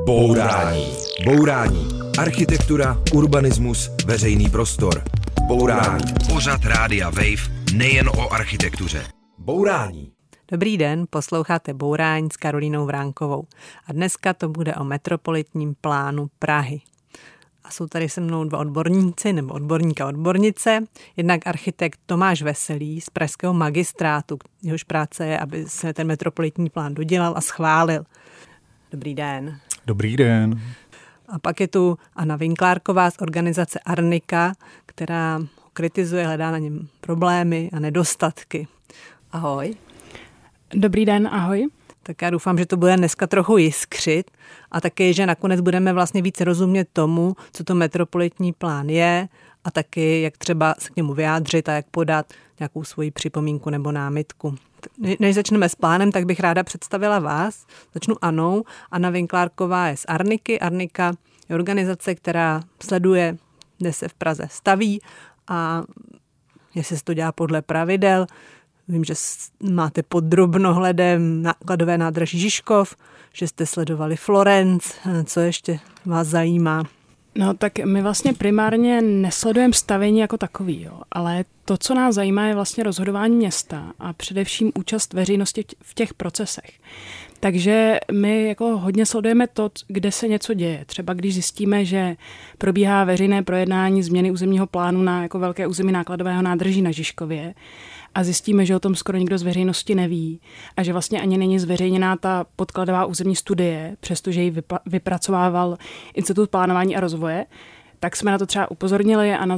Bourání. Bourání. Architektura, urbanismus, veřejný prostor. Bourání. Pořad Rádia Wave nejen o architektuře. Bourání. Dobrý den, posloucháte Bourání s Karolínou Vránkovou. A dneska to bude o metropolitním plánu Prahy. A jsou tady se mnou dva odborníci, nebo odborníka odbornice. Jednak architekt Tomáš Veselý z pražského magistrátu. Jehož práce je, aby se ten metropolitní plán dodělal a schválil. Dobrý den. Dobrý den. A pak je tu Anna Vinklárková z organizace Arnika, která ho kritizuje, hledá na něm problémy a nedostatky. Ahoj. Dobrý den, ahoj. Tak já doufám, že to bude dneska trochu jiskřit a taky, že nakonec budeme vlastně víc rozumět tomu, co to metropolitní plán je a taky, jak třeba se k němu vyjádřit a jak podat nějakou svoji připomínku nebo námitku. Než začneme s plánem, tak bych ráda představila vás. Začnu Anou. Anna Vinklárková je z Arniky. Arnika je organizace, která sleduje, kde se v Praze staví a jestli se to dělá podle pravidel. Vím, že máte pod drobnohledem nákladové nádraží Žižkov, že jste sledovali Florenc. Co ještě vás zajímá? No tak my vlastně primárně nesledujeme stavění jako takový, jo, ale to, co nás zajímá, je vlastně rozhodování města a především účast veřejnosti v těch procesech. Takže my jako hodně sledujeme to, kde se něco děje. Třeba když zjistíme, že probíhá veřejné projednání změny územního plánu na jako velké území nákladového nádraží na Žižkově, a zjistíme, že o tom skoro nikdo z veřejnosti neví a že vlastně ani není zveřejněná ta podkladová územní studie, přestože ji vypracovával Institut plánování a rozvoje, tak jsme na to třeba upozornili a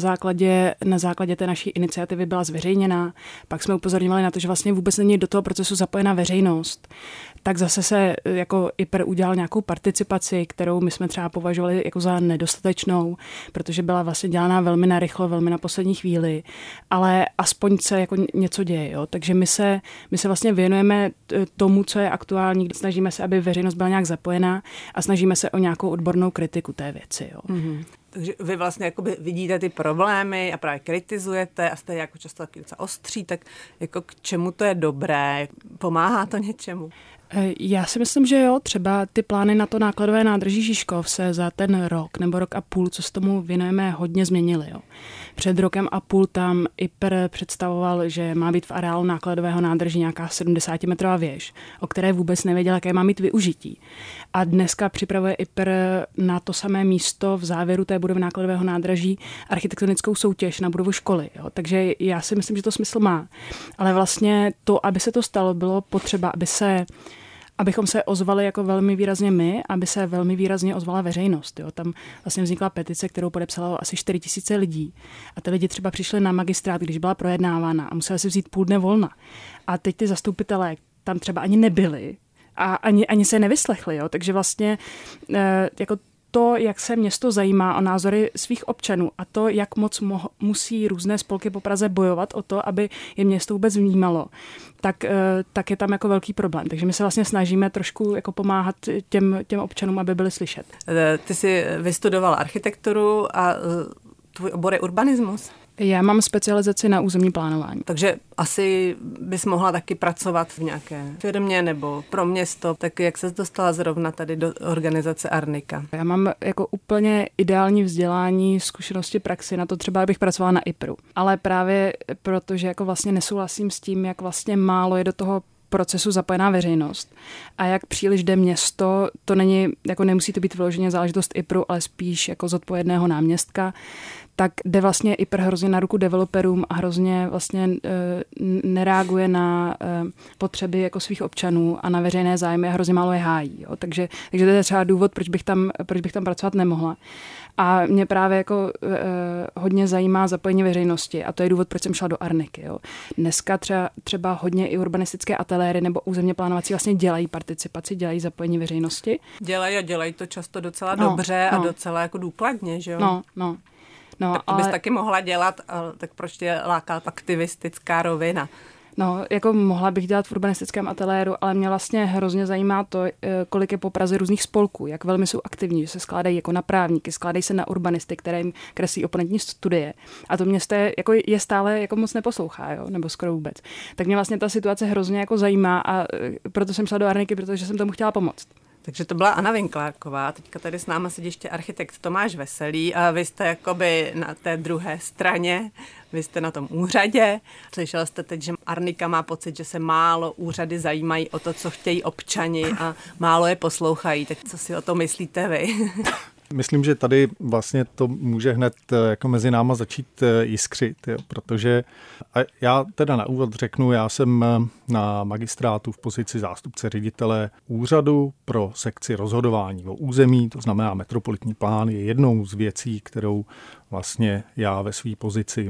na základě té naší iniciativy byla zveřejněna. Pak jsme upozorňovali na to, že vlastně vůbec není do toho procesu zapojena veřejnost. Tak zase se jako IPR udělal nějakou participaci, kterou my jsme třeba považovali jako za nedostatečnou, protože byla vlastně dělaná velmi narychlo, velmi na poslední chvíli, ale aspoň se jako něco děje. Jo? Takže my se vlastně věnujeme tomu, co je aktuální, snažíme se, aby veřejnost byla nějak zapojená a snažíme se o nějakou odbornou kritiku té věci. Jo? Mm-hmm. Takže vy vlastně jakoby vidíte ty problémy a právě kritizujete a jste jako často taky docela ostří, tak jako k čemu to je dobré? Pomáhá to něčemu? Já si myslím, že jo, třeba ty plány na to nákladové nádraží Žižkov se za ten rok nebo rok a půl, co se tomu věnujeme, hodně změnily. Jo. Před rokem a půl tam IPR představoval, že má být v areálu nákladového nádraží nějaká 70metrová věž, o které vůbec nevěděl, jaké má mít využití. A dneska připravuje IPR na to samé místo v závěru té budovy nákladového nádraží architektonickou soutěž na budovu školy. Jo. Takže já si myslím, že to smysl má. Ale vlastně to, aby se to stalo, bylo potřeba, abychom se ozvali jako velmi výrazně my, aby se velmi výrazně ozvala veřejnost. Jo. Tam vlastně vznikla petice, kterou podepsalo asi 4 000 lidí. A ty lidi třeba přišli na magistrát, když byla projednávána a museli si vzít půl dne volna. A teď ty zastupitelé tam třeba ani nebyli a ani se nevyslechli. Jo. Takže vlastně jako to, jak se město zajímá o názory svých občanů a to, jak moc musí různé spolky po Praze bojovat o to, aby je město vůbec vnímalo, tak je tam jako velký problém. Takže my se vlastně snažíme trošku jako pomáhat těm občanům, aby byli slyšet. Ty jsi vystudoval architekturu a tvůj obor je urbanismus? Já mám specializaci na územní plánování. Takže asi bys mohla taky pracovat v nějaké firmě nebo pro město. Tak jak ses dostala zrovna tady do organizace Arnika? Já mám jako úplně ideální vzdělání, zkušenosti, praxi na to třeba, abych pracovala na IPRu. Ale právě protože jako vlastně nesouhlasím s tím, jak vlastně málo je do toho procesu zapojená veřejnost a jak příliš jde město, to není, jako nemusí to být vyloženě záležitost IPRu, ale spíš jako zodpovědného náměstka, tak jde vlastně IPR hrozně na ruku developerům a hrozně vlastně nereaguje na potřeby jako svých občanů a na veřejné zájmy a hrozně málo je hájí. Jo. Takže to je třeba důvod, proč bych tam pracovat nemohla. A mě právě jako hodně zajímá zapojení veřejnosti a to je důvod, proč jsem šla do Arniky. Jo. Dneska třeba hodně i urbanistické ateliéry nebo územně plánovací vlastně dělají participaci, dělají zapojení veřejnosti. Dělají to často docela dobře a docela jako důkladně, že jo? No, tak to bys taky mohla dělat, tak proč tě láká aktivistická rovina? No, jako mohla bych dělat v urbanistickém ateliéru, ale mě vlastně hrozně zajímá to, kolik je po Praze různých spolků, jak velmi jsou aktivní, že se skládají jako na právníky, skládají se na urbanisty, které jim kreslí oponentní studie. A to město je stále jako moc neposlouchá, jo? Nebo skoro vůbec. Tak mě vlastně ta situace hrozně jako zajímá a proto jsem šla do Arniky, protože jsem tomu chtěla pomoct. Takže to byla Anna Vinklárková, teďka tady s náma sedí ještě architekt Tomáš Veselý a vy jste jakoby na té druhé straně, vy jste na tom úřadě. Slyšel jste teď, že Arnika má pocit, že se málo úřady zajímají o to, co chtějí občani a málo je poslouchají. Tak co si o to myslíte vy? Myslím, že tady vlastně to může hned jako mezi náma začít jiskřit, jo, protože a já teda na úvod řeknu, já jsem na magistrátu v pozici zástupce ředitele úřadu pro sekci rozhodování o území, to znamená metropolitní plán je jednou z věcí, kterou vlastně já ve své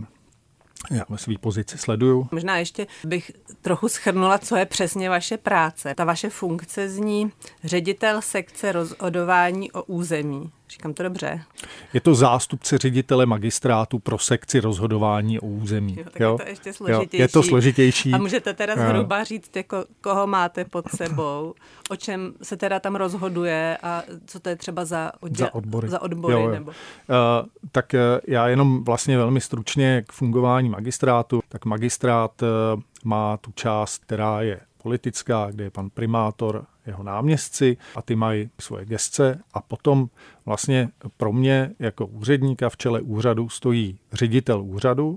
pozici sleduju. Možná ještě bych trochu shrnula, co je přesně vaše práce. Ta vaše funkce zní ředitel sekce rozhodování o území. Říkám to dobře? Je to zástupce ředitele magistrátu pro sekci rozhodování o území. Jo, tak je to ještě složitější. Jo, je to složitější. A můžete teda zhruba říct, jako, koho máte pod sebou, o čem se teda tam rozhoduje a co to je třeba za odbory. Jo. Nebo... Tak já jenom vlastně velmi stručně k fungování magistrátu. Tak magistrát má tu část, která je politická, kde je pan primátor, jeho náměstci a ty mají svoje gesce a potom vlastně pro mě jako úředníka v čele úřadu stojí ředitel úřadu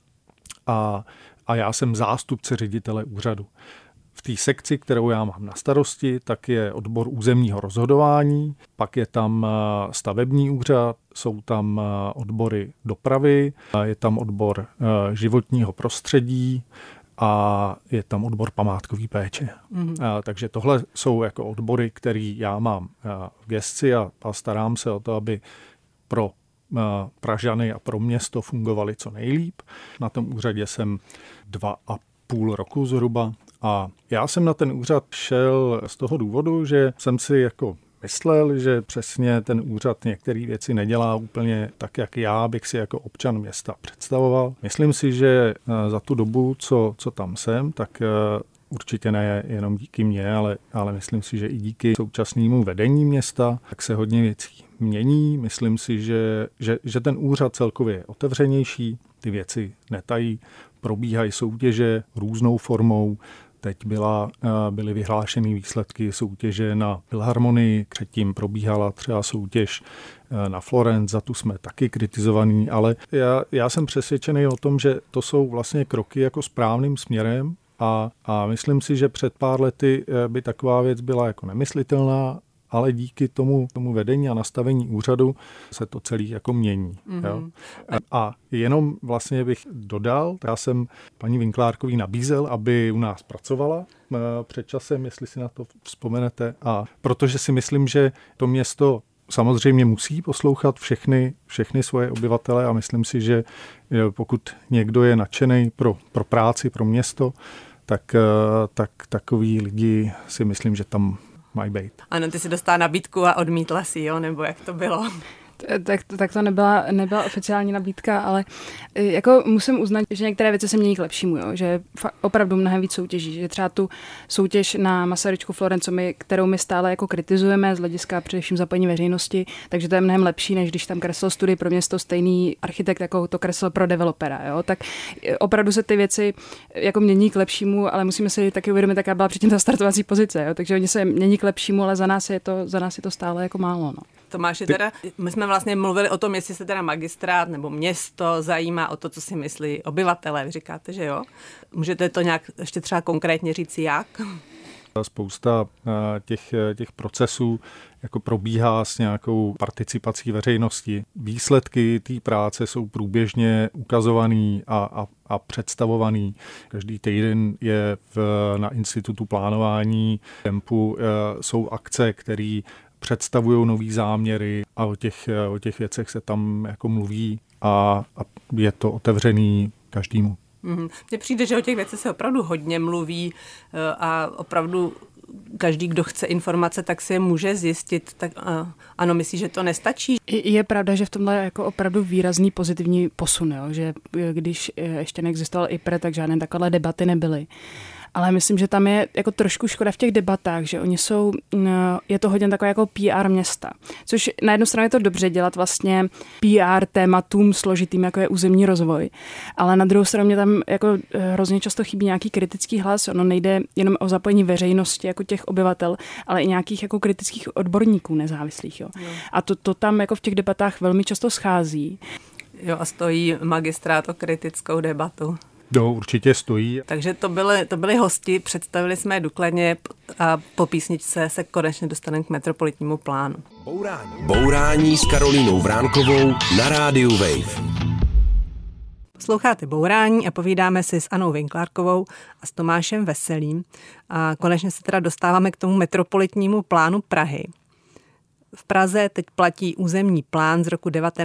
a já jsem zástupce ředitele úřadu. V té sekci, kterou já mám na starosti, tak je odbor územního rozhodování, pak je tam stavební úřad, jsou tam odbory dopravy, je tam odbor životního prostředí, a je tam odbor památkové péče. Takže tohle jsou jako odbory, které já mám v gesci a starám se o to, aby pro Pražany a pro město fungovaly co nejlíp. Na tom úřadě jsem 2,5 roku zhruba a já jsem na ten úřad šel z toho důvodu, že jsem si jako myslel, že přesně ten úřad některé věci nedělá úplně tak, jak já bych si jako občan města představoval. Myslím si, že za tu dobu, co tam jsem, tak určitě ne jenom díky mně, ale myslím si, že i díky současnému vedení města, tak se hodně věcí mění. Myslím si, že ten úřad celkově je otevřenější, ty věci netají, probíhají soutěže různou formou. Teď byly vyhlášeny výsledky soutěže na Filharmonii, předtím probíhala třeba soutěž na Florence, za tu jsme taky kritizovaní, ale já jsem přesvědčený o tom, že to jsou vlastně kroky jako správným směrem a myslím si, že před pár lety by taková věc byla jako nemyslitelná, ale díky tomu vedení a nastavení úřadu se to celý jako mění. Mm-hmm. Jo? A jenom vlastně bych dodal, já jsem paní Vinklárkový nabízel, aby u nás pracovala před časem, jestli si na to vzpomenete. A protože si myslím, že to město samozřejmě musí poslouchat všechny svoje obyvatele a myslím si, že pokud někdo je nadšený pro práci, pro město, tak takový lidi si myslím, že tam mají být. Ano, ty si dostala nabídku a odmítla si, jo? Nebo jak to bylo? Tak to nebyla oficiální nabídka, ale jako musím uznat, že některé věci se mění k lepšímu, jo? Že opravdu mnohem víc soutěží, že třeba tu soutěž na Masaryčku Florenco, kterou my stále jako kritizujeme z hlediska především zapojení veřejnosti, takže to je mnohem lepší, než když tam kreslil studii pro město stejný architekt, jako to kreslil pro developera, jo? Tak opravdu se ty věci jako mění k lepšímu, ale musíme si taky uvědomit, jaká byla předtím ta startovací pozice, jo? Takže oni se mění k lepšímu, ale za nás je to stále jako málo, no. Tomáši, teda, my jsme vlastně mluvili o tom, jestli se teda magistrát nebo město zajímá o to, co si myslí obyvatelé. Vy říkáte, že jo? Můžete to nějak ještě třeba konkrétně říct, jak? Spousta těch procesů jako probíhá s nějakou participací veřejnosti. Výsledky té práce jsou průběžně ukazovaný a představovaný. Každý týden je na Institutu plánování Tempu jsou akce, které představují nový záměry a o těch věcech se tam jako mluví a je to otevřený každému. Mně přijde, že o těch věcech se opravdu hodně mluví a opravdu každý, kdo chce informace, tak si je může zjistit. Tak ano, myslíš, že to nestačí? Je pravda, že v tomhle je jako opravdu výrazný pozitivní posun, jo? Že když ještě neexistoval IPR, tak žádné takové debaty nebyly. Ale myslím, že tam je jako trošku škoda v těch debatách, že oni jsou, je to hodně takové jako PR města. Což na jednu stranu je to dobře dělat vlastně PR tématům složitým, jako je územní rozvoj, ale na druhou stranu mě tam jako hrozně často chybí nějaký kritický hlas. Ono nejde jenom o zapojení veřejnosti jako těch obyvatel, ale i nějakých jako kritických odborníků nezávislých. Jo. A to tam jako v těch debatách velmi často schází. Jo, a stojí magistrát o kritickou debatu. Jo, určitě stojí. Takže to byli hosti, představili jsme je důkladně a po písničce se konečně dostaneme k metropolitnímu plánu. Bourání s Karolínou Vránkovou na rádiu Wave. Posloucháte Bourání a povídáme si s Annou Vinklárkovou a s Tomášem Veselým. A konečně se teda dostáváme k tomu metropolitnímu plánu Prahy. V Praze teď platí územní plán z roku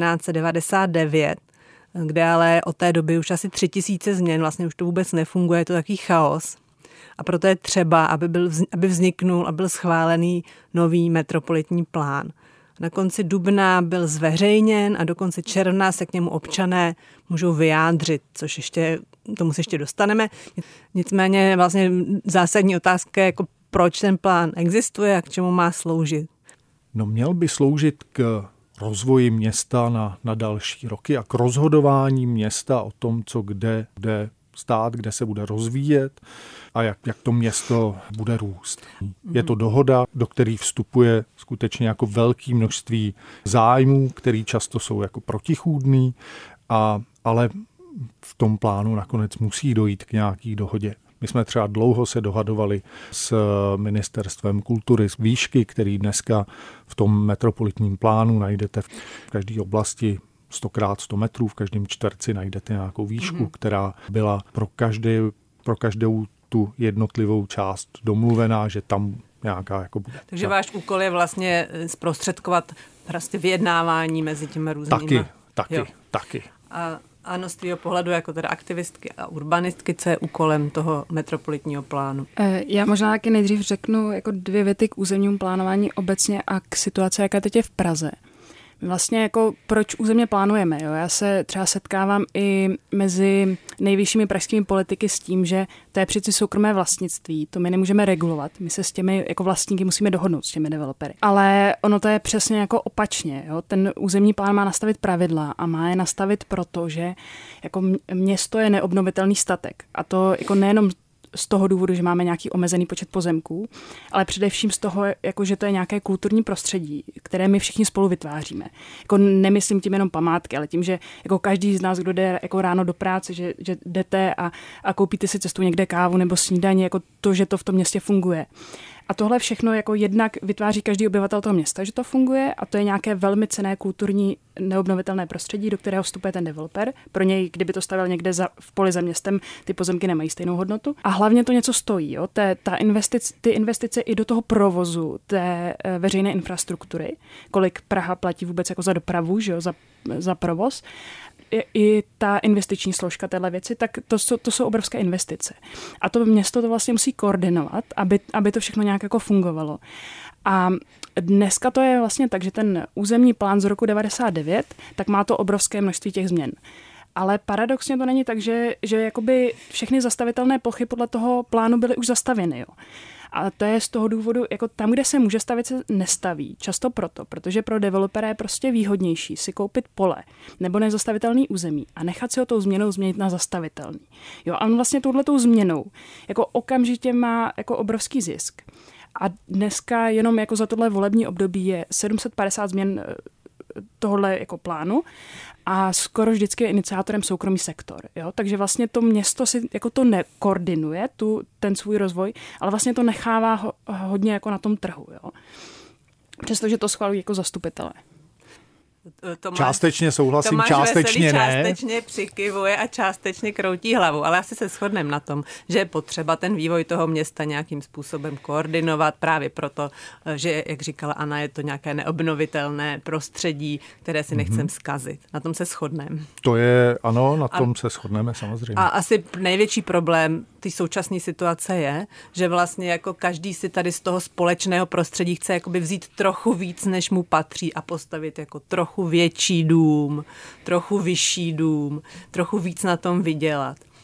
1999, kde ale od té doby už asi 3000 změn, vlastně už to vůbec nefunguje, je to takový chaos. A proto je třeba, aby vzniknul a byl schválený nový metropolitní plán. Na konci dubna byl zveřejněn a do konce června se k němu občané můžou vyjádřit, což ještě, tomu se ještě dostaneme. Nicméně vlastně zásadní otázka je, jako proč ten plán existuje a k čemu má sloužit. No, měl by sloužit k rozvoji města na další roky a k rozhodování města o tom, co kde stát, kde se bude rozvíjet a jak to město bude růst. Je to dohoda, do které vstupuje skutečně jako velké množství zájmů, které často jsou jako protichůdný, ale v tom plánu nakonec musí dojít k nějaký dohodě. My jsme třeba dlouho se dohadovali s Ministerstvem kultury z výšky, který dneska v tom metropolitním plánu najdete v každé oblasti 100x100 metrů, v každém čtverci najdete nějakou výšku, která byla pro každou tu jednotlivou část domluvená, že tam nějaká jako bude. Takže váš úkol je vlastně zprostředkovat prostě vyjednávání mezi těmi různými. Taky. Ano, z tvýho pohledu jako teda aktivistky a urbanistky, co je úkolem toho metropolitního plánu? Já možná taky nejdřív řeknu jako 2 věty k územnímu plánování obecně a k situaci, jaká teď je v Praze. Vlastně jako proč územně plánujeme. Jo? Já se třeba setkávám i mezi nejvyššími pražskými politiky s tím, že to je přeci soukromé vlastnictví, to my nemůžeme regulovat, my se s těmi jako vlastníky musíme dohodnout s těmi developery. Ale ono to je přesně jako opačně. Jo? Ten územní plán má nastavit pravidla a má je nastavit proto, že jako město je neobnovitelný statek. A to jako nejenom z toho důvodu, že máme nějaký omezený počet pozemků, ale především z toho, jako, že to je nějaké kulturní prostředí, které my všichni spolu vytváříme. Jako nemyslím tím jenom památky, ale tím, že jako každý z nás, kdo jde jako ráno do práce, že jdete a koupíte si cestu někde kávu nebo snídaní, jako to, že to v tom městě funguje. A tohle všechno jako jednak vytváří každý obyvatel toho města, že to funguje, a to je nějaké velmi cenné kulturní neobnovitelné prostředí, do kterého vstupuje ten developer. Pro něj, kdyby to stavěl někde v poli za městem, ty pozemky nemají stejnou hodnotu. A hlavně to něco stojí. Jo? Ty investice i do toho provozu té veřejné infrastruktury, kolik Praha platí vůbec jako za dopravu, že jo? Za provoz, i ta investiční složka téhle věci, tak to jsou obrovské investice. A to město to vlastně musí koordinovat, aby to všechno nějak jako fungovalo. A dneska to je vlastně tak, že ten územní plán z roku 99, tak má to obrovské množství těch změn. Ale paradoxně to není tak, že jakoby všechny zastavitelné plochy podle toho plánu byly už zastavěny. Jo. A to je z toho důvodu, jako tam, kde se může stavit, se nestaví. Často protože pro developera je prostě výhodnější si koupit pole nebo nezastavitelný území a nechat si ho tou změnou změnit na zastavitelný. Jo, a on vlastně touhletou změnou jako okamžitě má jako obrovský zisk. A dneska jenom jako za tohle volební období je 750 změn tohle jako plánu a skoro vždycky je iniciátorem soukromý sektor. Jo? Takže vlastně to město si jako to nekoordinuje, ten svůj rozvoj, ale vlastně to nechává hodně jako na tom trhu. Jo? Přestože to schvalují jako zastupitelé. Částečně souhlasím, částečně ne. Částečně přikyvuje a částečně kroutí hlavu, ale asi se shodneme na tom, že je potřeba ten vývoj toho města nějakým způsobem koordinovat právě proto, že, jak říkala Anna, je to nějaké neobnovitelné prostředí, které si nechcem zkazit. Na tom se shodneme. To je, ano, na tom se shodneme samozřejmě. A asi největší problém té současné situace je, že vlastně jako každý si tady z toho společného prostředí chce jakoby vzít trochu víc, než mu patří a postavit jako trochu větší dům, trochu vyšší dům, trochu víc na tom vydělat.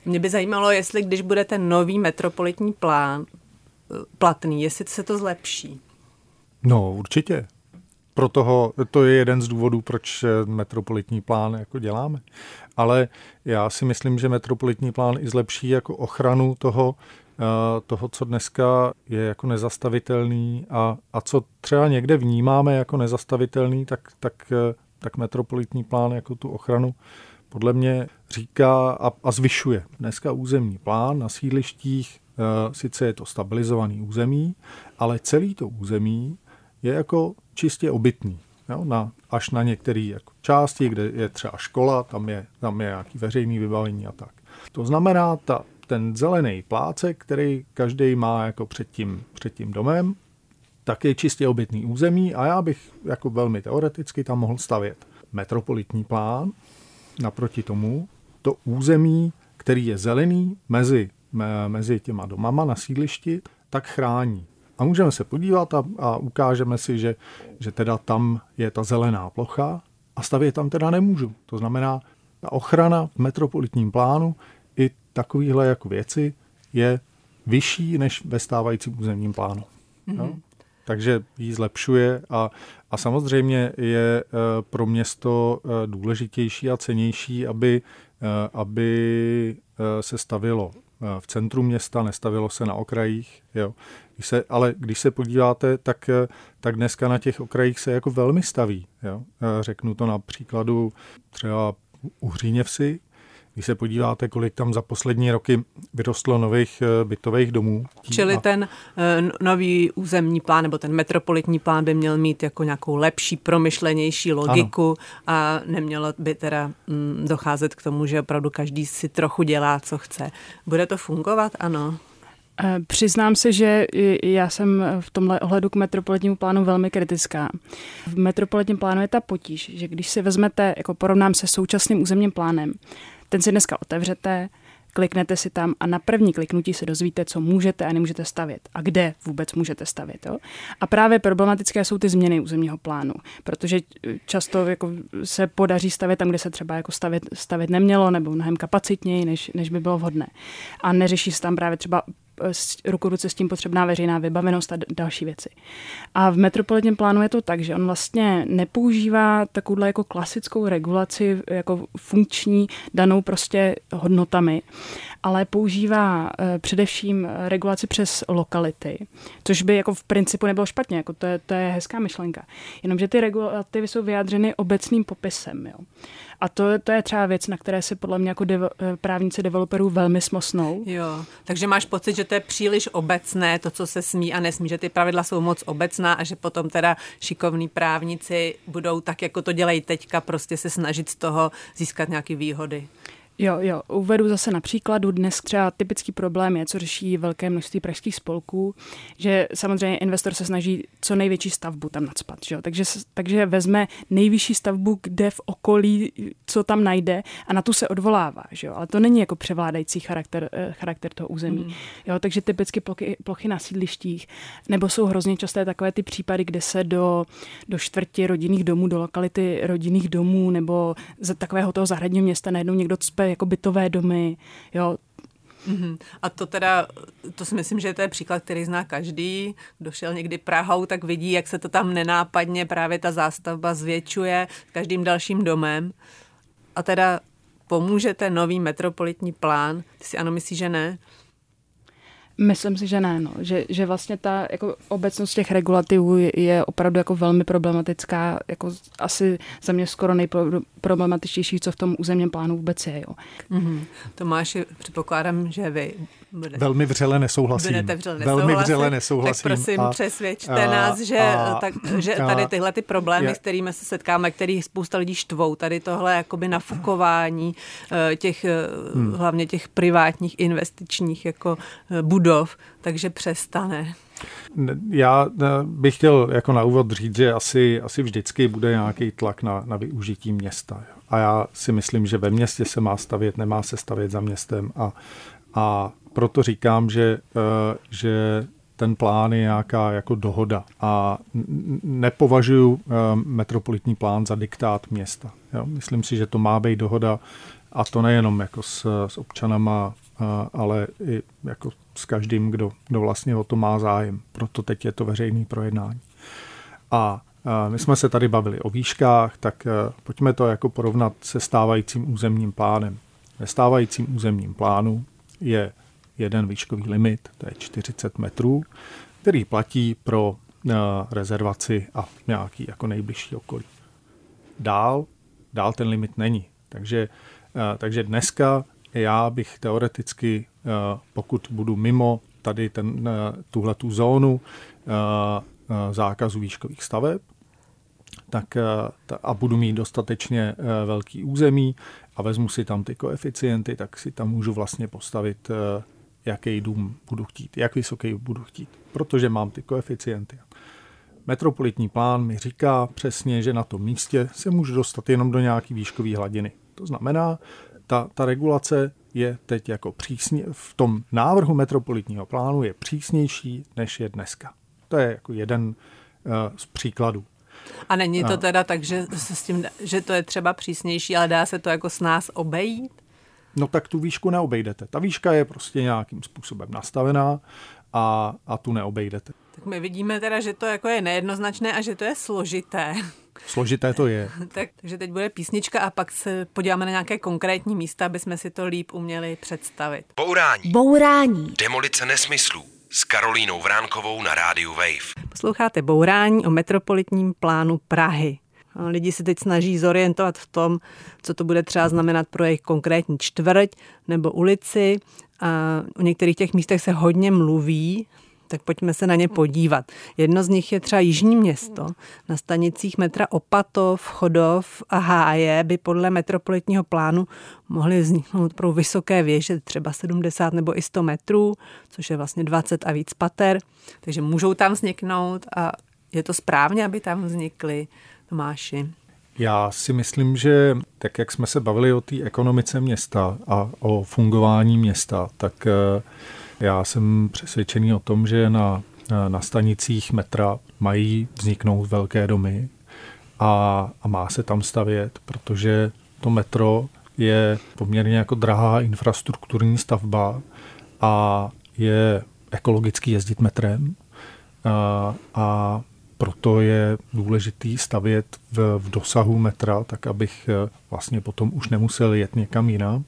Mě by zajímalo, jestli když bude ten nový metropolitní plán platný, jestli se to zlepší. No, určitě. To je jeden z důvodů, proč metropolitní plán jako děláme. Ale já si myslím, že metropolitní plán i zlepší jako ochranu toho, co dneska je jako nezastavitelný a co třeba někde vnímáme jako nezastavitelný, tak metropolitní plán jako tu ochranu podle mě říká a zvyšuje. Dneska územní plán na sídlištích, sice je to stabilizovaný území, ale celý to území je jako čistě obytný. Jo, až na některé jako části, kde je třeba škola, tam je nějaký veřejný vybavení a tak. To znamená, ten zelený plácek, který každý má jako před tím domem, tak je čistě obytný území a já bych jako velmi teoreticky tam mohl stavět metropolitní plán. Naproti tomu to území, který je zelený mezi těma domama na sídlišti, tak chrání. A můžeme se podívat a ukážeme si, že teda tam je ta zelená plocha a stavět tam teda nemůžu. To znamená, ta ochrana v metropolitním plánu i takovýhle jako věci je vyšší než ve stávajícím územním plánu. Mm-hmm. No? Takže ji zlepšuje a samozřejmě je pro město důležitější a cennější, aby se stavělo v centru města, nestavilo se na okrajích. Jo. Ale když se podíváte, tak dneska na těch okrajích se jako velmi staví. Jo. Řeknu to na příkladu třeba u Hříněvsi. Když se podíváte, kolik tam za poslední roky vyrostlo nových bytových domů. Čili ten nový územní plán nebo ten metropolitní plán by měl mít jako nějakou lepší, promyšlenější logiku, ano. A nemělo by teda docházet k tomu, že opravdu každý si trochu dělá, co chce. Bude to fungovat? Ano. Přiznám se, že já jsem v tomhle ohledu k metropolitnímu plánu velmi kritická. V metropolitním plánu je ta potíž, že když si vezmete, jako porovnám se současným územním plánem, ten si dneska otevřete, kliknete si tam a na první kliknutí se dozvíte, co můžete a nemůžete stavět a kde vůbec můžete stavět. Jo? A právě problematické jsou ty změny územního plánu, protože často jako se podaří stavět tam, kde se třeba jako stavět nemělo nebo mnohem kapacitněji, než by bylo vhodné. A neřeší se tam právě třeba ruku ruce s tím potřebná veřejná vybavenost a další věci. A v metropolitním plánu je to tak, že on vlastně nepoužívá takovouhle jako klasickou regulaci jako funkční danou prostě hodnotami, ale používá především regulaci přes lokality, což by jako v principu nebylo špatně, jako to je hezká myšlenka. Jenomže ty regulativy jsou vyjádřeny obecným popisem. Jo. A to je třeba věc, na které se podle mě jako právníci developerů velmi smosnou. Jo, takže máš pocit, že to je příliš obecné, to, co se smí a nesmí, že ty pravidla jsou moc obecná a že potom teda šikovní právníci budou tak, jako to dělají teďka, prostě se snažit z toho získat nějaké výhody. Jo, uvedu zase na příkladu. Dnes třeba typický problém je, co řeší velké množství pražských spolků, že samozřejmě investor se snaží co největší stavbu tam nacpat. Že? Takže vezme nejvyšší stavbu, kde v okolí, co tam najde a na tu se odvolává. Že? Ale to není jako převládající charakter toho území. Jo, takže typicky plochy na sídlištích, nebo jsou hrozně časté takové ty případy, kde se do čtvrti rodinných domů, do lokality rodinných domů nebo z takového toho zahradního města najednou někdo cpe jako bytové domy, jo. A to si myslím, že to je příklad, který zná každý. Kdo šel někdy Prahou, tak vidí, jak se to tam nenápadně právě ta zástavba zvětšuje s každým dalším domem. A teda pomůže ten nový metropolitní plán? Ty si ano myslíš, že ne? Myslím si, že ne, no. Že vlastně ta jako obecnost těch regulativů je opravdu jako velmi problematická, jako asi za mě skoro nejproblematičtější, co v tom územním plánu vůbec je. Jo. Tomáši, předpokládám, že vy velmi vřele nesouhlasím. Velmi vřele nesouhlasím. Tak prosím, přesvědčte nás, že tady tyhle ty problémy, s kterými se setkáme, který spousta lidí štvou, tady tohle jakoby nafukování těch, hlavně těch privátních investičních jako budov, takže přestane. Já bych chtěl jako na úvod říct, že asi vždycky bude nějaký tlak na využití města. A já si myslím, že ve městě se má stavět, nemá se stavět za městem a proto říkám, že ten plán je nějaká jako dohoda a nepovažuji metropolitní plán za diktát města. Jo? Myslím si, že to má být dohoda A to nejenom jako s občanama, ale i jako s každým, kdo vlastně o to má zájem. Proto teď je to veřejné projednání. A my jsme se tady bavili o výškách, tak pojďme to jako porovnat se stávajícím územním plánem. Ve stávajícím územním plánu je jeden výškový limit, to je 40 metrů, který platí pro rezervaci a nějaký jako nejbližší okolí. Dál ten limit není. Takže dneska já bych teoreticky, pokud budu mimo tady tuhletu zónu zákazu výškových staveb, tak a budu mít dostatečně velký území a vezmu si tam ty koeficienty, tak si tam můžu vlastně postavit, jaký dům budu chtít, jak vysoký budu chtít, protože mám ty koeficienty. Metropolitní plán mi říká přesně, že na tom místě se můžu dostat jenom do nějaký výškové hladiny. To znamená, ta regulace je teď jako v tom návrhu metropolitního plánu je přísnější, než je dneska. To je jako jeden z příkladů. A není to teda tak, že to je třeba přísnější, ale dá se to jako s nás obejít? No tak tu výšku neobejdete. Ta výška je prostě nějakým způsobem nastavená a tu neobejdete. Tak my vidíme teda, že to jako je nejednoznačné a že to je složité. Složité to je. Takže teď bude písnička a pak se podíváme na nějaké konkrétní místa, aby jsme si to líp uměli představit. Bourání. Demolice nesmyslů s Karolínou Vránkovou na rádiu Wave. Posloucháte Bourání o metropolitním plánu Prahy. Lidi se teď snaží zorientovat v tom, co to bude třeba znamenat pro jejich konkrétní čtvrť nebo ulici. A o některých těch místech se hodně mluví, tak pojďme se na ně podívat. Jedno z nich je třeba Jižní Město. Na stanicích metra Opatov, Chodov a Háje by podle metropolitního plánu mohly vzniknout pro vysoké věže, třeba 70 nebo i 100 metrů, což je vlastně 20 a víc pater. Takže můžou tam vzniknout a je to správně, aby tam vznikly. Tomáši? Já si myslím, že tak, jak jsme se bavili o té ekonomice města a o fungování města, tak já jsem přesvědčený o tom, že na stanicích metra mají vzniknout velké domy a má se tam stavět, protože to metro je poměrně jako drahá infrastrukturní stavba a je ekologicky jezdit metrem a proto je důležitý stavět v dosahu metra, tak abych vlastně potom už nemusel jet někam jinam.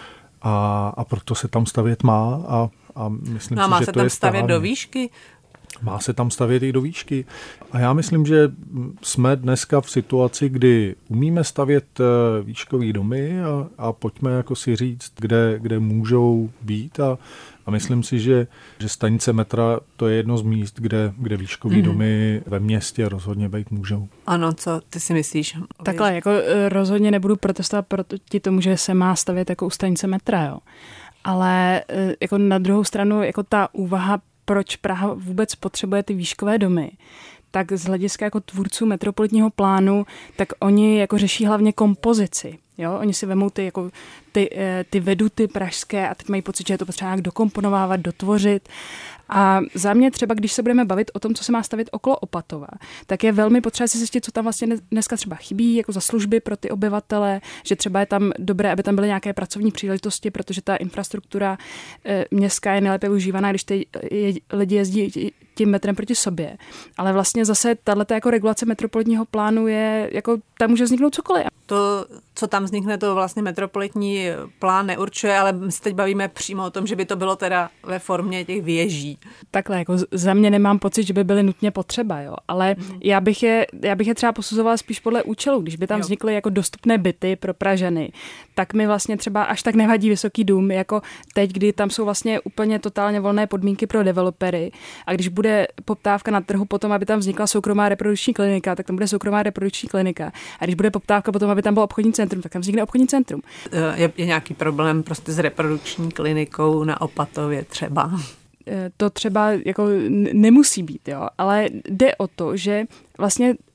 A proto se tam stavět má a myslím si, že to je má se tam stavět do výšky? Má se tam stavět i do výšky. A já myslím, že jsme dneska v situaci, kdy umíme stavět výškové domy a pojďme jako si říct, kde můžou být a myslím si, že stanice metra to je jedno z míst, kde výškové domy ve městě rozhodně být můžou. Ano, co ty si myslíš? Takhle, jako rozhodně nebudu protestovat proti tomu, že se má stavět jako u stanice metra, jo. Ale jako na druhou stranu, jako ta úvaha, proč Praha vůbec potřebuje ty výškové domy, tak z hlediska jako tvůrců metropolitního plánu, tak oni jako řeší hlavně kompozici. Jo? Oni si vemou ty veduty pražské a teď mají pocit, že je to potřeba nějak dokomponovávat, dotvořit. A za mě třeba, když se budeme bavit o tom, co se má stavit okolo Opatova, tak je velmi potřeba si zjistit, co tam vlastně dneska třeba chybí, jako za služby pro ty obyvatele, že třeba je tam dobré, aby tam byly nějaké pracovní příležitosti, protože ta infrastruktura městská je nejlépe využívaná, když ty lidi jezdí tím metrem proti sobě. Ale vlastně zase tato jako regulace metropolitního plánu je, jako tam může vzniknout cokoliv. To, co tam vznikne, to vlastně metropolitní plán neurčuje, ale my se teď bavíme přímo o tom, že by to bylo teda ve formě těch věží. Takhle, jako za mě nemám pocit, že by byly nutně potřeba, jo. Ale já bych je třeba posuzovala spíš podle účelu. Když by tam vznikly jako dostupné byty pro Pražany, tak mi vlastně třeba až tak nevadí vysoký dům, jako teď, kdy tam jsou vlastně úplně totálně volné podmínky pro developery. A když bude poptávka na trhu potom, aby tam vznikla soukromá reprodukční klinika, tak tam bude soukromá reprodukční klinika. A když bude poptávka potom, aby tam bylo obchodní centrum, tak tam vznikne obchodní centrum. Je nějaký problém prostě s reprodukční klinikou na Opatově třeba? To třeba jako nemusí být, jo, ale jde o to, že vlastně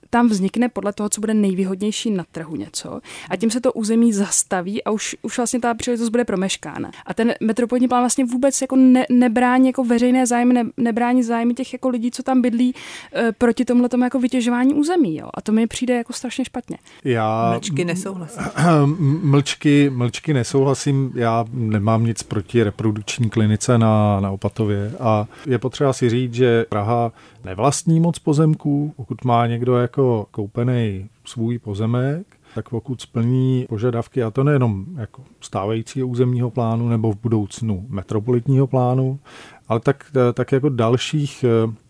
tam vznikne podle toho, co bude nejvýhodnější na trhu něco a tím se to území zastaví a už vlastně ta příležitost bude promeškána. A ten metropolitní plán vlastně vůbec jako nebrání jako veřejné zájmy, nebrání zájmy těch jako lidí, co tam bydlí proti tomuhletomu jako vytěžování území. Jo? A to mi přijde jako strašně špatně. Mlčky nesouhlasím. Mlčky nesouhlasím. Já nemám nic proti reprodukční klinice na Opatově a je potřeba si říct, že Praha nevlastní moc pozemků. Pokud má někdo jako koupený svůj pozemek, tak pokud splní požadavky, a to nejenom jako stávajícího územního plánu nebo v budoucnu metropolitního plánu, ale tak jako dalších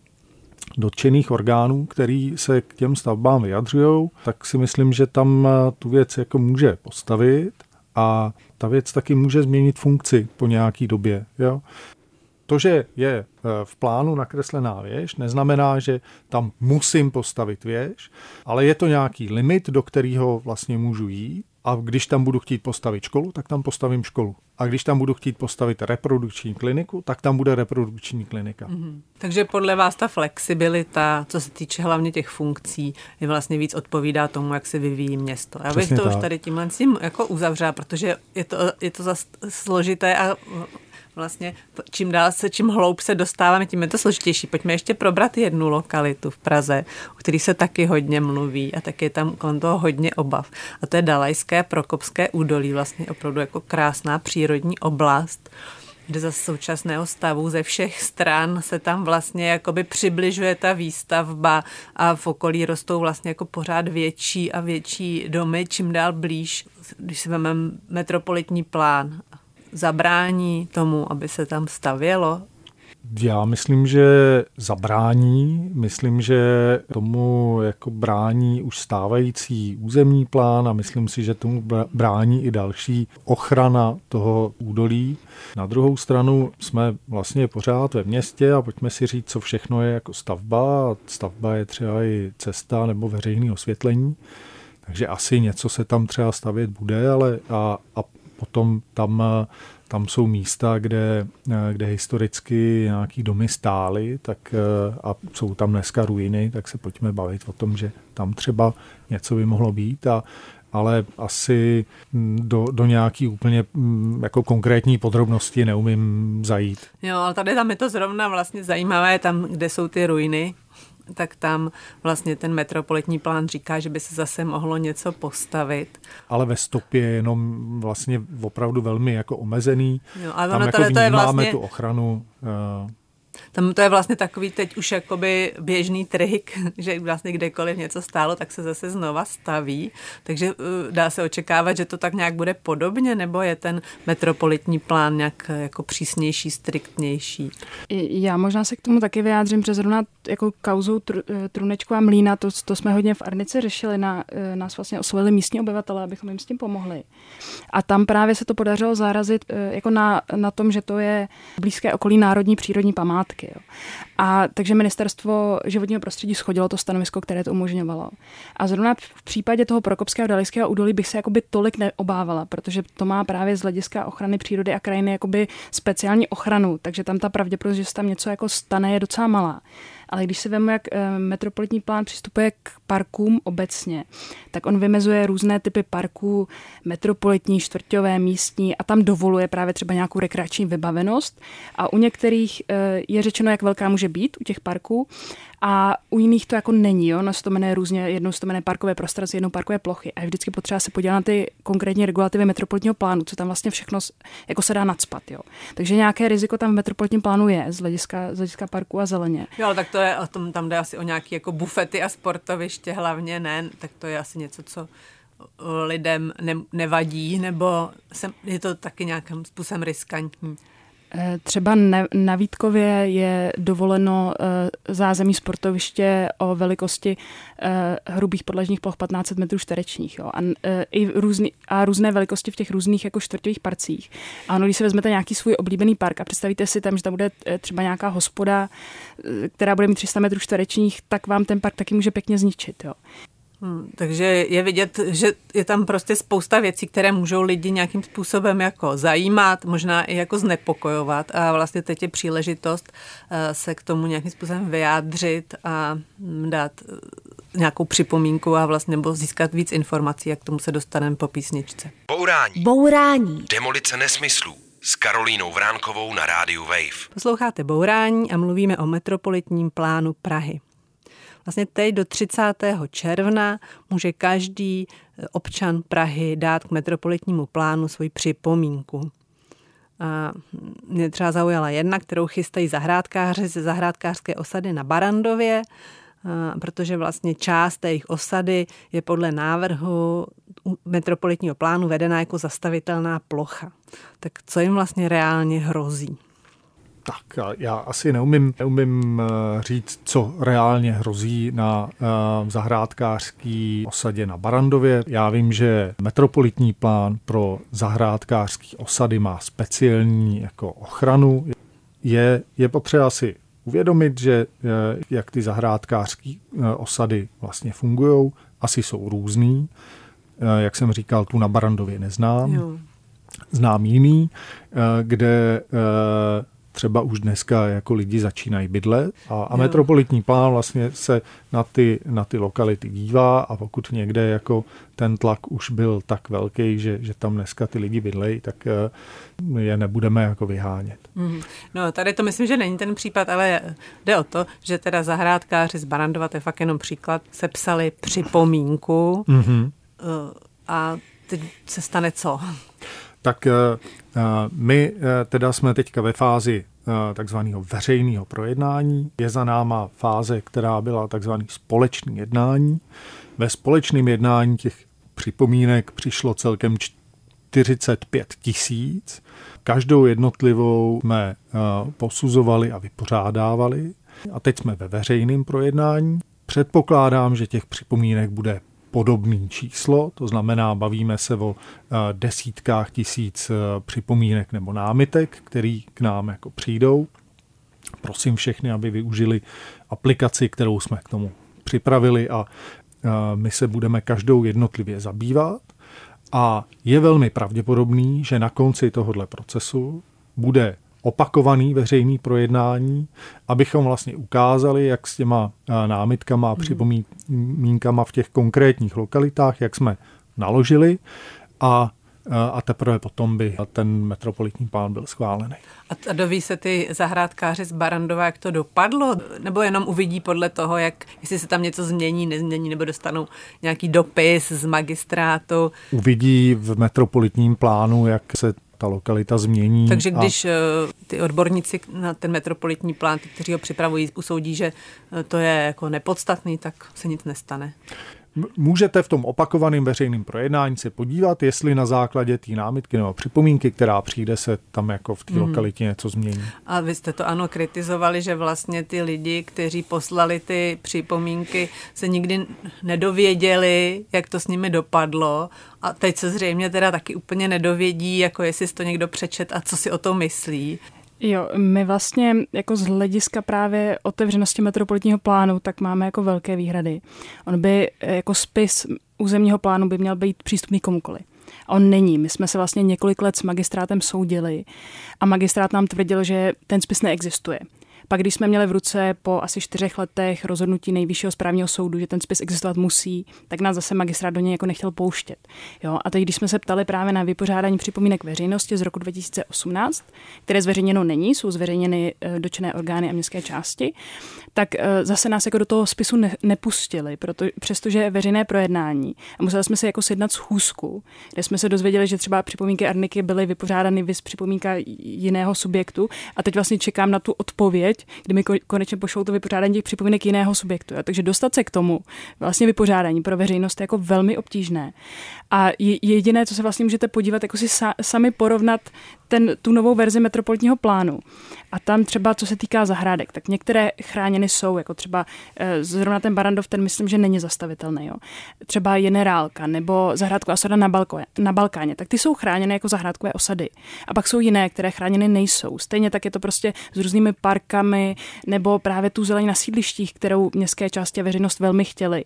dotčených orgánů, který se k těm stavbám vyjadřují, tak si myslím, že tam tu věc jako může postavit a ta věc taky může změnit funkci po nějaký době. Jo? To, že je v plánu nakreslená věž, neznamená, že tam musím postavit věž, ale je to nějaký limit, do kterého vlastně můžu jít. A když tam budu chtít postavit školu, tak tam postavím školu. A když tam budu chtít postavit reprodukční kliniku, tak tam bude reprodukční klinika. Takže podle vás ta flexibilita, co se týče hlavně těch funkcí, je vlastně víc odpovídá tomu, jak se vyvíjí město. Já bych to už tady tímhle tím jako uzavřela, protože je to zase složité a vlastně čím hloub se dostáváme, tím je to složitější. Pojďme ještě probrat jednu lokalitu v Praze, o který se taky hodně mluví a taky je tam kolem toho hodně obav. A to je Dalajské Prokopské údolí, vlastně opravdu jako krásná přírodní oblast, kde za současného stavu ze všech stran se tam vlastně jakoby přibližuje ta výstavba a v okolí rostou vlastně jako pořád větší a větší domy, čím dál blíž. Když si vezmeme metropolitní plán, zabrání tomu, aby se tam stavělo? Já myslím, že zabrání. Myslím, že tomu jako brání už stávající územní plán a myslím si, že tomu brání i další ochrana toho údolí. Na druhou stranu jsme vlastně pořád ve městě a pojďme si říct, co všechno je jako stavba. Stavba je třeba i cesta nebo veřejné osvětlení. Takže asi něco se tam třeba stavět bude, ale a potom tam jsou místa, kde historicky nějaký domy stály, tak a jsou tam dneska ruiny, tak se pojďme bavit o tom, že tam třeba něco by mohlo být, ale asi do nějaký úplně jako konkrétní podrobnosti neumím zajít. Jo, ale tam je to zrovna vlastně zajímavé, tam, kde jsou ty ruiny, tak tam vlastně ten metropolitní plán říká, že by se zase mohlo něco postavit. Ale ve stopě jenom vlastně opravdu velmi jako omezený. Jo, ale tam jako vnímáme vlastně tu ochranu. Tam to je vlastně takový teď už jakoby běžný trik, že vlastně kdekoliv něco stálo, tak se zase znova staví. Takže dá se očekávat, že to tak nějak bude podobně, nebo je ten metropolitní plán nějak jako přísnější, striktnější? Já možná se k tomu taky vyjádřím, že zrovna jako kauzou Trunečku a Mlýna, to jsme hodně v Arnici řešili, nás vlastně oslovili místní obyvatelé, abychom jim s tím pomohli. A tam právě se to podařilo zarazit jako na tom, že to je blízké okolí národní přírodní památky. Jo. A takže ministerstvo životního prostředí shodilo to stanovisko, které to umožňovalo. A zrovna v případě toho Prokopského Dalajského údolí bych se jakoby tolik neobávala, protože to má právě z hlediska ochrany přírody a krajiny jakoby speciální ochranu, takže tam ta pravděpodobnost, že se tam něco jako stane, je docela malá. Ale když si vemu, jak metropolitní plán přistupuje k parkům obecně, tak on vymezuje různé typy parků, metropolitní, čtvrťové, místní a tam dovoluje právě třeba nějakou rekreační vybavenost a u některých je řečeno, jak velká může být u těch parků a u jiných to jako není. Jo? Ono se to jmenuje různě, jednou se to jmenuje parkové prostranství, jednou parkové plochy a je vždycky potřeba se podívat na ty konkrétní regulativy metropolitního plánu, co tam vlastně všechno jako se dá nacpat. Jo? Takže nějaké riziko tam v metropolitním plánu je z hlediska parku a zeleně. Jo, ale tak to je, tam jde asi o nějaké jako bufety a sportoviště hlavně, ne? Tak to je asi něco, co lidem nevadí, nebo je to taky nějakým způsobem riskantní. Třeba na Vítkově je dovoleno zázemí sportoviště o velikosti hrubých podlažních ploch 1500 metrů čtverečních. Jo. A různé velikosti v těch různých jako čtvrťových parcích. A ono, když si vezmete nějaký svůj oblíbený park a představíte si tam, že tam bude třeba nějaká hospoda, která bude mít 300 metrů čtverečních, tak vám ten park taky může pěkně zničit. Jo. Takže je vidět, že je tam prostě spousta věcí, které můžou lidi nějakým způsobem jako zajímat, možná i jako znepokojovat a vlastně teď je příležitost se k tomu nějakým způsobem vyjádřit a dát nějakou připomínku a vlastně nebo získat víc informací, jak k tomu se dostaneme po písničce. Bourání. Demolice nesmyslů s Karolínou Vránkovou na rádiu Wave. Posloucháte Bourání a mluvíme o metropolitním plánu Prahy. Vlastně teď do 30. června může každý občan Prahy dát k metropolitnímu plánu svoji připomínku. A mě třeba zaujala jedna, kterou chystají zahrádkáři ze zahrádkářské osady na Barrandově, protože vlastně část té jejich osady je podle návrhu metropolitního plánu vedená jako zastavitelná plocha. Tak co jim vlastně reálně hrozí? Tak já asi neumím říct, co reálně hrozí na zahrádkářské osadě na Barrandově. Já vím, že metropolitní plán pro zahrádkářské osady má speciální jako ochranu. Je potřeba si uvědomit, že jak ty zahrádkářské osady vlastně fungují, asi jsou různý. Jak jsem říkal, tu na Barrandově neznám. Jo. Znám jiný, kde třeba už dneska jako lidi začínají bydlet a metropolitní plán vlastně se na ty lokality dívá a pokud někde jako ten tlak už byl tak velký, že tam dneska ty lidi bydlejí, tak je nebudeme jako vyhánět. No tady to myslím, že není ten případ, ale jde o to, že teda zahrádkáři z Barrandova, to je fakt jenom příklad, sepsali připomínku a teď se stane co? Tak my teda jsme teďka ve fázi takzvaného veřejného projednání. Je za náma fáze, která byla takzvaný společný jednání. Ve společném jednání těch připomínek přišlo celkem 45 000. Každou jednotlivou jsme posuzovali a vypořádávali. A teď jsme ve veřejném projednání. Předpokládám, že těch připomínek bude podobný číslo, to znamená, bavíme se o desítkách tisíc připomínek nebo námitek, který k nám jako přijdou. Prosím všechny, aby využili aplikaci, kterou jsme k tomu připravili a my se budeme každou jednotlivě zabývat a je velmi pravděpodobný, že na konci tohoto procesu bude opakovaný veřejný projednání, abychom vlastně ukázali, jak s těma námitkama a připomínkama v těch konkrétních lokalitách, jak jsme naložili a teprve potom by ten metropolitní plán byl schválený. A doví se ty zahrádkáři z Barrandova, jak to dopadlo? Nebo jenom uvidí podle toho, jestli se tam něco změní, nezmění, nebo dostanou nějaký dopis z magistrátu? Uvidí v metropolitním plánu, jak se ta lokalita změní. Takže když ty odborníci na ten metropolitní plán, ty, kteří ho připravují, usoudí, že to je jako nepodstatný, tak se nic nestane. Můžete v tom opakovaném veřejném projednání se podívat, jestli na základě té námitky nebo připomínky, která přijde, se tam jako v té lokalitě něco změní. A vy jste to kritizovali, že vlastně ty lidi, kteří poslali ty připomínky, se nikdy nedověděli, jak to s nimi dopadlo. A teď se zřejmě teda taky úplně nedovědí, jako jestli si to někdo přečet a co si o tom myslí. Jo, my vlastně jako z hlediska právě otevřenosti metropolitního plánu, tak máme jako velké výhrady. On by jako spis územního plánu by měl být přístupný komukoli. A on není. My jsme se vlastně několik let s magistrátem soudili a magistrát nám tvrdil, že ten spis neexistuje. Pak když jsme měli v ruce po asi 4 letech rozhodnutí Nejvyššího správního soudu, že ten spis existovat musí, tak nás zase magistrát do něj jako nechtěl pouštět. Jo? A teď, když jsme se ptali právě na vypořádání připomínek veřejnosti z roku 2018, které zveřejněno není, jsou zveřejněny dotčené orgány a městské části, tak zase nás jako do toho spisu nepustili, přestože je veřejné projednání. A museli jsme se jako sjednat schůzku, kde jsme se dozvěděli, že třeba připomínky Arniky byly vypořádány vys připomínka jiného subjektu a teď vlastně čekám na tu odpověď, kdy mi konečně pošlou to vypořádání těch připomínek jiného subjektu. Jo. Takže dostat se k tomu vlastně vypořádání pro veřejnost je jako velmi obtížné. A jediné, co se vlastně můžete podívat, jako si sami porovnat tu novou verzi metropolitního plánu. A tam třeba, co se týká zahrádek, tak některé chráněny jsou, jako třeba zrovna ten Barrandov, ten myslím, že není zastavitelný. Jo. Třeba Generálka nebo zahrádková osada na Balkáně, tak ty jsou chráněny jako zahrádkové osady. A pak jsou jiné, které chráněny nejsou. Stejně tak je to prostě s různými parkami nebo právě tu zeleň na sídlištích, kterou městské části a veřejnost velmi chtěly.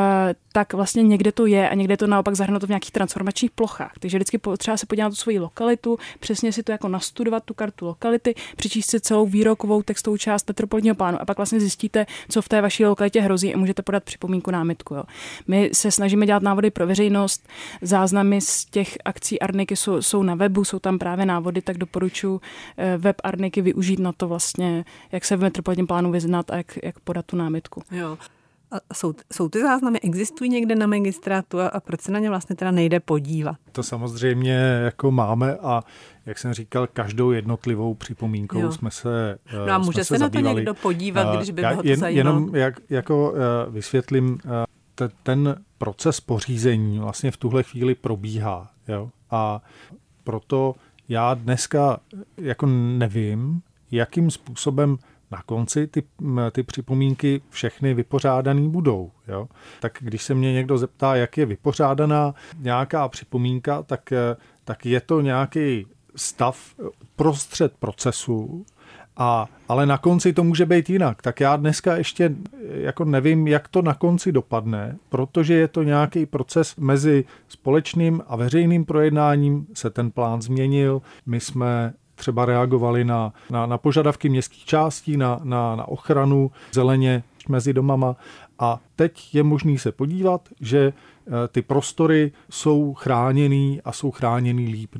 Tak vlastně někde to je a někde je to naopak zahrnuto v nějakých transformačních plochách. Takže vždycky potřeba se podívat na tu svoji lokalitu lokalitu, přesně si to jako nastudovat, tu kartu lokality, přečíst si celou výrokovou textovou část metropolitního plánu a pak vlastně zjistíte, co v té vaší lokalitě hrozí a můžete podat připomínku, námitku. Jo. My se snažíme dělat návody pro veřejnost, záznamy z těch akcí Arniky jsou na webu, jsou tam právě návody, tak doporučuji web Arniky využít na to vlastně, jak se v metropolitním plánu vyznat a jak podat tu námitku. Jo. A jsou ty záznamy, existují někde na magistrátu a proč se na ně vlastně teda nejde podívat? To samozřejmě jako máme a jak jsem říkal, každou jednotlivou připomínkou jsme se No a může se na to někdo podívat, když by ho to zajímalo? Jenom jako vysvětlím, ten proces pořízení vlastně v tuhle chvíli probíhá. Jo? A proto já dneska jako nevím, jakým způsobem na konci ty připomínky všechny vypořádaný budou. Jo? Tak když se mě někdo zeptá, jak je vypořádaná nějaká připomínka, tak je to nějaký stav prostřed procesu, ale na konci to může být jinak. Tak já dneska ještě jako nevím, jak to na konci dopadne, protože je to nějaký proces mezi společným a veřejným projednáním, se ten plán změnil. My jsme třeba reagovali na požadavky městských částí, na ochranu zeleně mezi domama a teď je možný se podívat, že ty prostory jsou chráněný a jsou chráněný líp,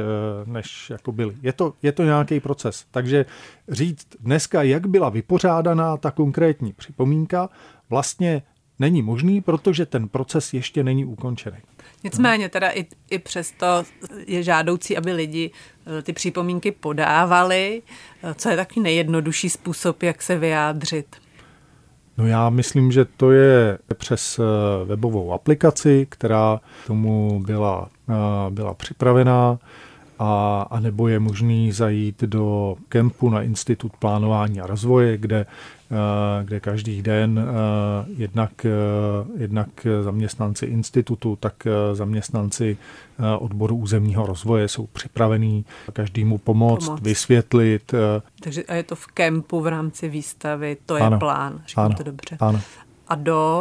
než jako byly. Je to nějaký proces. Takže říct dneska, jak byla vypořádaná ta konkrétní připomínka, vlastně není možný, protože ten proces ještě není ukončený. Nicméně teda i přesto je žádoucí, aby lidi ty připomínky podávali, co je taky nejjednodušší způsob, jak se vyjádřit. No já myslím, že to je přes webovou aplikaci, která tomu byla připravená, a nebo je možný zajít do kempu na Institut plánování a rozvoje, kde každý den jednak zaměstnanci institutu, tak zaměstnanci odboru územního rozvoje jsou připravení každému pomoct. Vysvětlit. Takže a je to v kempu v rámci výstavy, to je plán, říkám to dobře. Ano. A do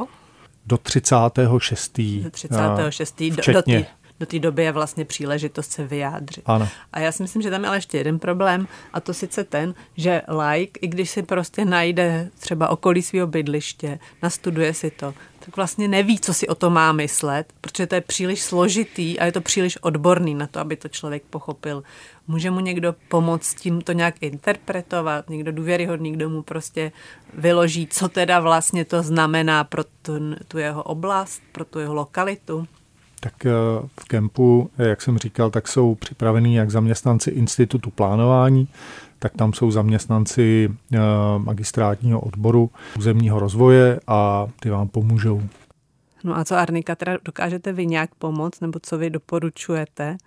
36. Do 36. Včetně. Do té doby je vlastně příležitost se vyjádřit. Ano. A já si myslím, že tam je ale ještě jeden problém, a to sice ten, že laik, i když si prostě najde třeba okolí svého bydliště, nastuduje si to, tak vlastně neví, co si o to má myslet, protože to je příliš složitý a je to příliš odborný na to, aby to člověk pochopil. Může mu někdo pomoct tím to nějak interpretovat, někdo důvěryhodný, kdo mu prostě vyloží, co teda vlastně to znamená pro tu jeho oblast, pro tu jeho lokalitu? Tak v kempu, jak jsem říkal, tak jsou připravení jak zaměstnanci Institutu plánování, tak tam jsou zaměstnanci magistrátního odboru územního rozvoje a ty vám pomůžou. No a co Arnika, teda dokážete vy nějak pomoct, nebo co vy doporučujete?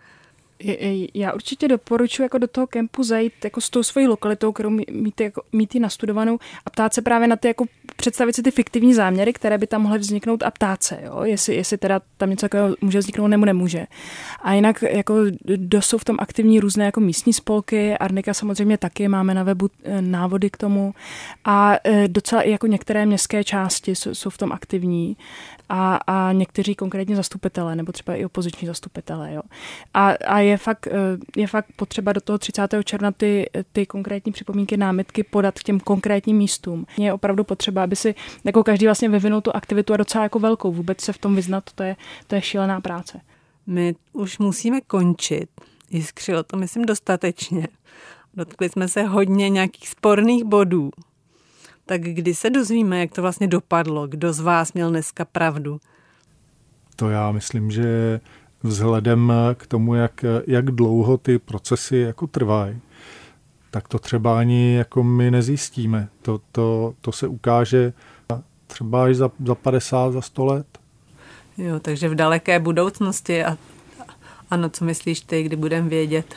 Já určitě doporučuji jako do toho kempu zajít jako s tou svojí lokalitou, kterou mít ji nastudovanou a ptát se právě na ty, jako představit si ty fiktivní záměry, které by tam mohly vzniknout a ptát se, jo? Jestli teda tam něco takového může vzniknout nebo nemůže. A jinak jako jsou v tom aktivní různé jako místní spolky, Arnika samozřejmě taky, máme na webu návody k tomu a docela i jako některé městské části jsou v tom aktivní a někteří konkrétně zastupitelé nebo třeba i opoziční zastupitelé, jo. A je fakt potřeba do toho 30. června ty konkrétní připomínky, námitky podat k těm konkrétním místům. Je opravdu potřeba, aby si jako každý vlastně vyvinul tu aktivitu a docela jako velkou. Vůbec se v tom vyznat, to je šílená práce. My už musíme končit. Jiskřilo to, myslím, dostatečně. Dotkli jsme se hodně nějakých sporných bodů. Tak kdy se dozvíme, jak to vlastně dopadlo? Kdo z vás měl dneska pravdu? To já myslím, že vzhledem k tomu, jak dlouho ty procesy jako trvají, tak to třeba ani jako my nezjistíme. To se ukáže třeba až za 50, za 100 let. Jo, takže v daleké budoucnosti. Ano, co myslíš ty, kdy budeme vědět?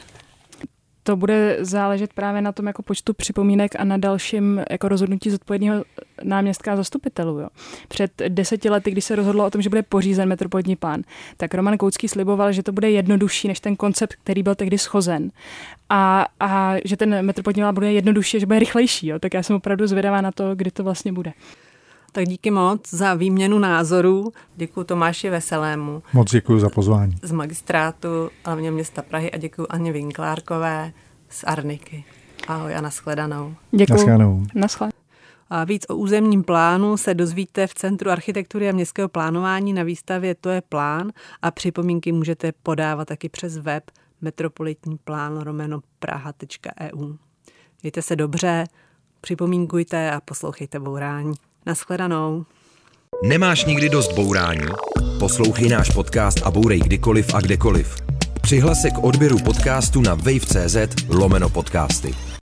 To bude záležet právě na tom jako počtu připomínek a na dalším jako rozhodnutí zodpovědného náměstka a zastupitelů. Jo. Před 10 lety, když se rozhodlo o tom, že bude pořízen metropolitní plán, tak Roman Koucký sliboval, že to bude jednodušší než ten koncept, který byl tehdy shozen. A že ten metropolitní plán bude jednodušší, že bude rychlejší. Jo. Tak já jsem opravdu zvědavá na to, kdy to vlastně bude. Tak díky moc za výměnu názorů. Děkuji Tomáši Veselému. Moc děkuji za pozvání. Z magistrátu hlavně města Prahy a děkuji Aně Vinklárkové z Arniky. Ahoj a nashledanou. Děkuji. Nashledanou. A víc o územním plánu se dozvíte v Centru architektury a městského plánování na výstavě To je plán a připomínky můžete podávat taky přes web metropolitní-plán-praha.eu. Mějte se dobře, připomínkujte a poslouchejte Bourání. Nashledanou. Nemáš nikdy dost bourání? Poslouchej náš podcast a bourej kdykoliv a kdekoliv. Přihlas se k odběru podcastu na wave.cz/podcasty.